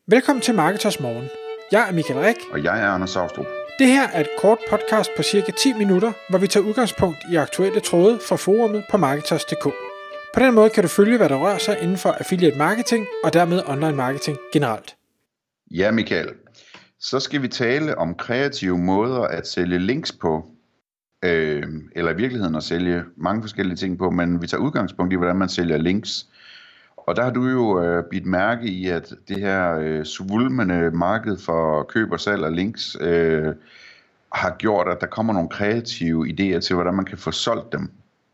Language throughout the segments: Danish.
Velkommen til Marketers Morgen. Jeg er Michael Rik. Og jeg er Anders Saustrup. Det her er et kort podcast på cirka 10 minutter, hvor vi tager udgangspunkt i aktuelle tråde fra forumet på Marketers.dk. På den måde kan du følge, hvad der rører sig inden for affiliate marketing og dermed online marketing generelt. Ja, Michael. Så skal vi tale om kreative måder at sælge links på. Eller i virkeligheden at sælge mange forskellige ting på, men vi tager udgangspunkt i, hvordan man sælger links. Og der har du jo bidt mærke i, at det her svulmende marked for køb og salg af links har gjort, at der kommer nogle kreative idéer til, hvordan man kan få solgt dem.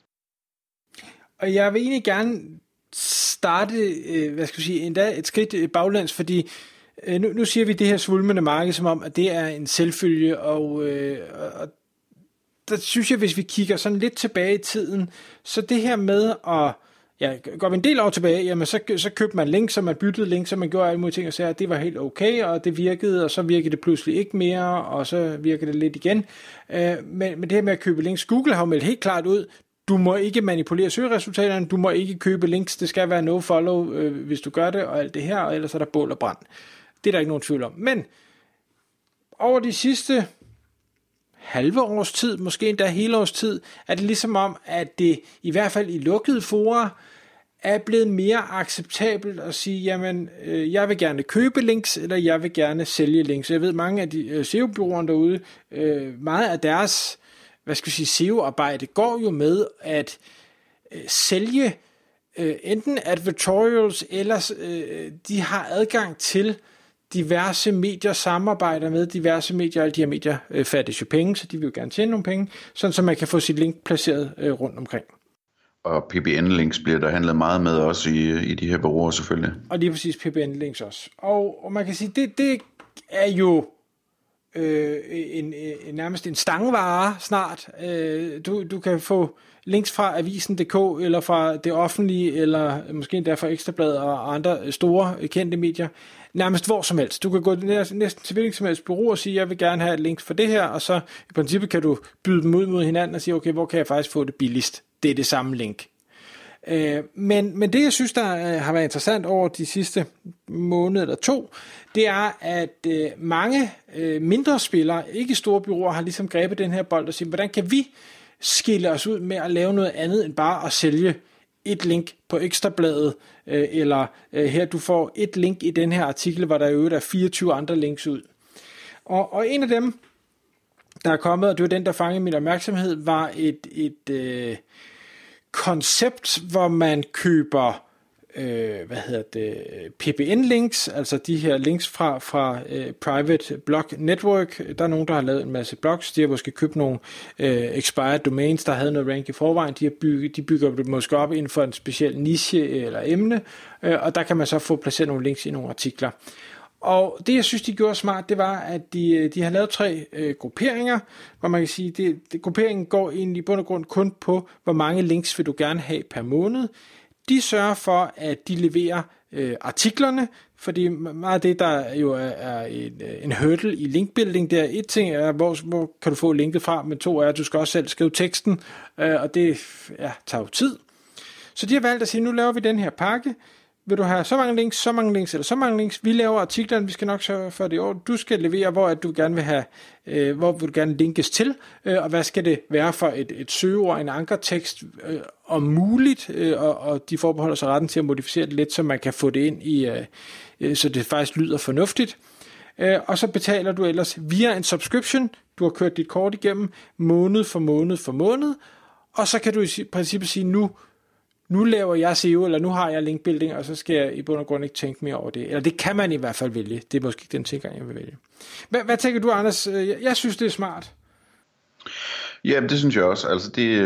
Og jeg vil egentlig gerne starte, endda et skridt baglæns, fordi nu siger vi det her svulmende marked, som om, at det er en selvfølge, og der synes jeg, hvis vi kigger sådan lidt tilbage i tiden, så det her med at går vi en del år tilbage, jamen så købte man links, og man byttede links, og man gjorde alle mulige ting, og sagde, at det var helt okay, og det virkede, og så virkede det pludselig ikke mere, og så virkede det lidt igen. Men det her med at købe links, Google har jo meldt helt klart ud, du må ikke manipulere søgeresultaterne, du må ikke købe links, det skal være no-follow, hvis du gør det, og alt det her, og ellers er der bål og brand. Det er der ikke nogen tvivl om. Men over de sidste halve års tid, måske endda hele års tid, er det ligesom om, at det i hvert fald i lukkede fora er blevet mere acceptabelt at sige, jamen, jeg vil gerne købe links, eller jeg vil gerne sælge links. Jeg ved, mange af de SEO-bureauerne derude, meget af deres, SEO-arbejde går jo med at sælge enten advertorials, eller de har adgang til diverse medier, samarbejder med diverse medier, alle de her medier fattes jo penge, så de vil jo gerne tjene nogle penge, sådan så man kan få sit link placeret rundt omkring. Og PBN-links bliver der handlet meget med også i de her bureauer selvfølgelig. Og lige præcis PBN-links også. Og man kan sige, det er jo nærmest en stangvare snart. Du kan få links fra avisen.dk, eller fra det offentlige, eller måske endda fra Ekstrabladet og andre store kendte medier, nærmest hvor som helst. Du kan gå næsten til hvilken som helst bureau og sige, jeg vil gerne have et link for det her, og så i princippet kan du byde dem ud mod hinanden og sige, okay, hvor kan jeg faktisk få det billigst? Det er det samme link. Men det, jeg synes, der har været interessant over de sidste måned eller to, det er, at mange mindre spillere, ikke store bureauer, har ligesom grebet den her bold og sige, hvordan kan vi skille os ud med at lave noget andet end bare at sælge et link på Ekstrabladet, eller her du får et link i den her artikel, hvor der jo er 24 andre links ud. Og en af dem, der er kommet, og det var den, der fangede min opmærksomhed, var et koncept, hvor man køber PBN-links, altså de her links fra Private Blog Network. Der er nogen, der har lavet en masse blogs, de har måske købt nogle expired domains, der havde noget rank i forvejen, de bygger det måske op inden for en speciel niche eller emne, og der kan man så få placeret nogle links i nogle artikler. Og det, jeg synes, de gjorde smart, det var, at de har lavet 3 grupperinger, hvor man kan sige, grupperingen går egentlig i bund og grund kun på, hvor mange links vil du gerne have per måned. De sørger for, at de leverer artiklerne, fordi meget af det, der jo er en hurdle i linkbuilding, der et ting er, hvor kan du få linket fra, men 2 er, at du skal også selv skrive teksten, og det tager jo tid. Så de har valgt at sige, nu laver vi den her pakke. Vil du have så mange links eller så mange links? Vi laver artiklerne, vi skal nok sørge for det i år. Du skal levere, hvor du gerne vil have, hvor vil du gerne linkes til, og hvad skal det være for et søgeord, en ankertekst, om muligt, og de forbeholder sig retten til at modificere det lidt, så man kan få det ind i, så det faktisk lyder fornuftigt. Og så betaler du ellers via en subscription. Du har kørt dit kort igennem måned for måned, og så kan du i princippet sige, nu laver jeg SEO, eller nu har jeg linkbuilding, og så skal jeg i bund og grund ikke tænke mere over det. Eller det kan man i hvert fald vælge. Det er måske ikke den tilgang, jeg vil vælge. Hvad tænker du, Anders? Jeg synes, det er smart. Ja, det synes jeg også. Altså det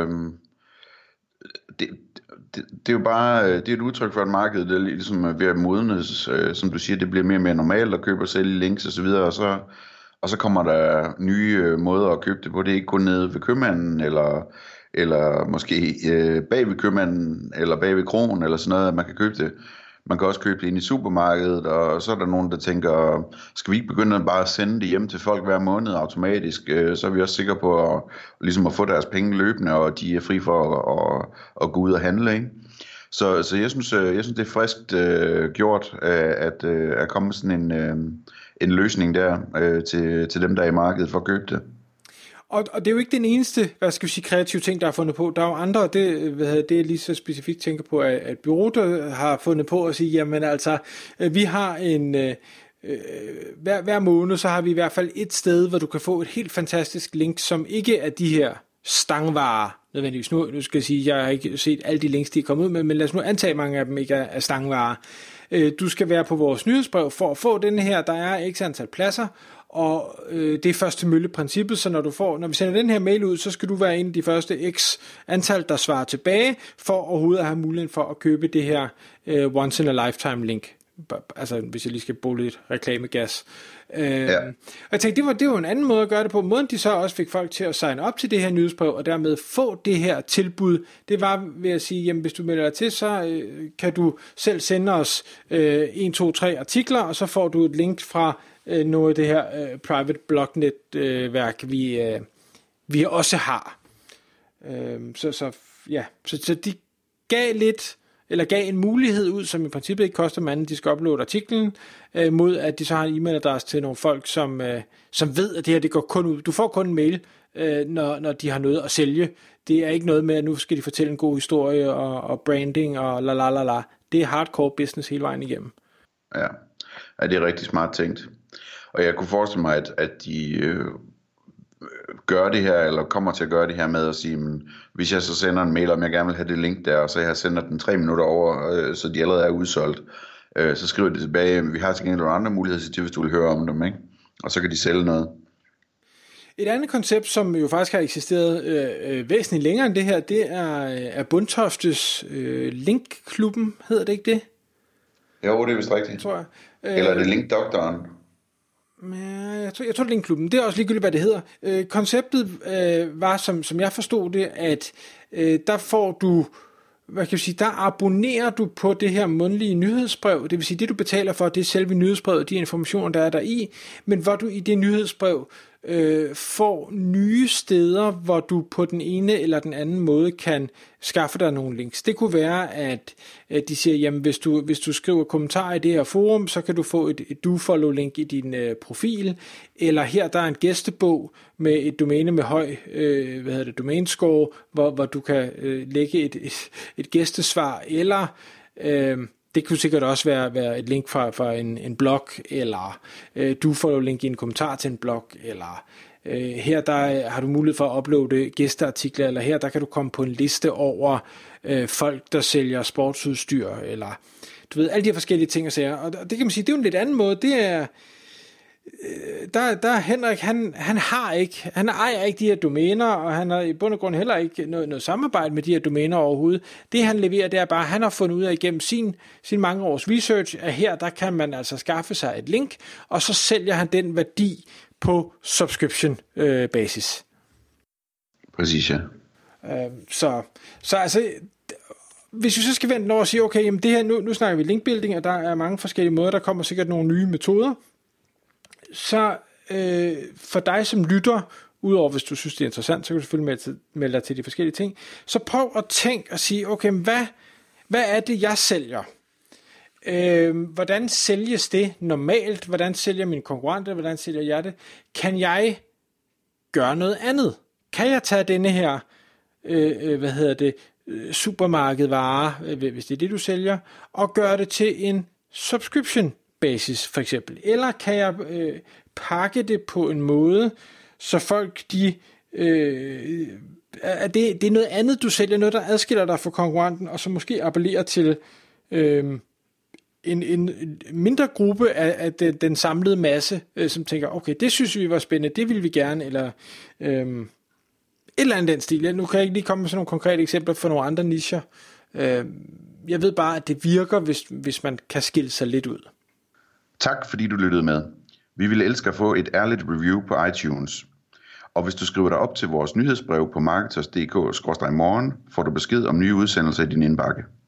er jo bare det er et udtryk for et marked, der ligesom ved at modnes, som du siger, det bliver mere og mere normalt at købe og sælge links og så videre, og så kommer der nye måder at købe det på. Det er ikke kun nede ved købmanden, eller måske bag ved købmanden, eller bag ved krogen, eller sådan noget, at man kan købe det. Man kan også købe det ind i supermarkedet, og så er der nogen, der tænker, skal vi ikke begynde at bare sende det hjem til folk hver måned automatisk, så er vi også sikre på ligesom at få deres penge løbende, og de er fri for at gå ud og handle, ikke? Så jeg synes det er friskt gjort at komme med sådan en løsning der til dem, der er i markedet for at købe det. Og det er jo ikke den eneste, hvad skal vi sige, kreative ting, der er fundet på. Der er jo andre, det er lige så specifikt tænker på, at Bureau, der har fundet på at sige, jamen altså, vi har hver måned, så har vi i hvert fald et sted, hvor du kan få et helt fantastisk link, som ikke er de her stangvarer nødvendigvis. Nu skal jeg sige, jeg har ikke set alle de links, de er kommet ud med, men lad os nu antage, mange af dem ikke er stangvarer. Du skal være på vores nyhedsbrev for at få den her, der er x antal pladser, og det er først til mølle-princippet, så når vi sender den her mail ud, så skal du være en af de første x antal, der svarer tilbage, for overhovedet at have muligheden for at købe det her once in a lifetime link. Altså hvis jeg lige skal bruge lidt reklamegas. Og jeg tænkte, det var en anden måde at gøre det på. Måden de så også fik folk til at signe op til det her nyhedsbrev, og dermed få det her tilbud, det var ved at sige, jamen hvis du melder dig til, så kan du selv sende os 1, 2, 3 artikler, og så får du et link fra noget af det her private blog netværk, vi også har. Så de gav en mulighed ud, som i princippet ikke koster manden, de skal uploade artiklen, mod at de så har en e-mailadresse til nogle folk, som ved, at det her det går kun ud. Du får kun en mail, når de har noget at sælge. Det er ikke noget med, at nu skal de fortælle en god historie og branding og la. Det er hardcore business hele vejen igennem. Ja, det er rigtig smart tænkt. Og jeg kunne forestille mig, at de gør det her, eller kommer til at gøre det her med at sige, hvis jeg så sender en mail, om jeg gerne vil have det link der, og så jeg sender den 3 minutter over, så de allerede er udsolgt, så skriver de tilbage, vi har til gengæld nogle andre muligheder til, hvis du vil høre om dem, ikke? Og så kan de sælge noget. Et andet koncept, som jo faktisk har eksisteret væsentligt længere end det her, det er Bundtoftes Linkklubben, hedder det ikke det? Jo, det er vist rigtigt. Tror jeg. Eller er det Linkdoktoren? Jeg tror det er Linkklubben. Det er også ligegyldigt, hvad det hedder. Konceptet var, som jeg forstod det, at der får du, hvad kan jeg sige, der abonnerer du på det her månedlige nyhedsbrev. Det vil sige, det du betaler for, det er selve nyhedsbrevet, de informationer, der er der i. Men hvor du i det nyhedsbrev får nye steder, hvor du på den ene eller den anden måde kan skaffe dig nogle links. Det kunne være, at de siger, jamen hvis du skriver kommentarer i det her forum, så kan du få et do-follow-link i din profil, eller her der er en gæstebog med et domæne med høj domænescore, hvor du kan lægge et gæstesvar, eller det kunne sikkert også være et link fra en blog, eller du får link i en kommentar til en blog, eller her der har du mulighed for at uploade gæsteartikler, eller her der kan du komme på en liste over folk, der sælger sportsudstyr, eller du ved, alle de her forskellige ting og sager. Og det kan man sige, det er jo en lidt anden måde. Det er der Henrik, han ejer ikke de her domæner, og han har i bund og grund heller ikke noget samarbejde med de her domæner overhovedet. Det han leverer, det er bare, han har fundet ud af igennem sin mange års research, at her, der kan man altså skaffe sig et link, og så sælger han den værdi på subscription basis. Præcis, ja. Så altså, hvis vi så skal vente over og sige, okay, jamen det her, nu snakker vi linkbuilding, og der er mange forskellige måder, der kommer sikkert nogle nye metoder, så for dig som lytter, udover hvis du synes det er interessant, så kan du selvfølgelig melde dig til de forskellige ting, så prøv at tænke og sige, okay, hvad er det jeg sælger? Hvordan sælges det normalt? Hvordan sælger mine konkurrenter? Hvordan sælger jeg det? Kan jeg gøre noget andet? Kan jeg tage denne her supermarkedvare, hvis det er det du sælger, og gøre det til en subscription basis for eksempel? Eller kan jeg pakke det på en måde, så folk det er noget andet du sælger, noget der adskiller dig fra konkurrenten, og så måske appellerer til en mindre gruppe af den samlede masse, som tænker, okay, det synes vi var spændende, det vil vi gerne, eller et eller andet den stil. Nu kan jeg ikke lige komme med sådan nogle konkrete eksempler for nogle andre nicher. Jeg ved bare, at det virker, hvis man kan skille sig lidt ud. Tak fordi du lyttede med. Vi ville elske at få et ærligt review på iTunes. Og hvis du skriver dig op til vores nyhedsbrev på marketers.dk/morgen, får du besked om nye udsendelser i din indbakke.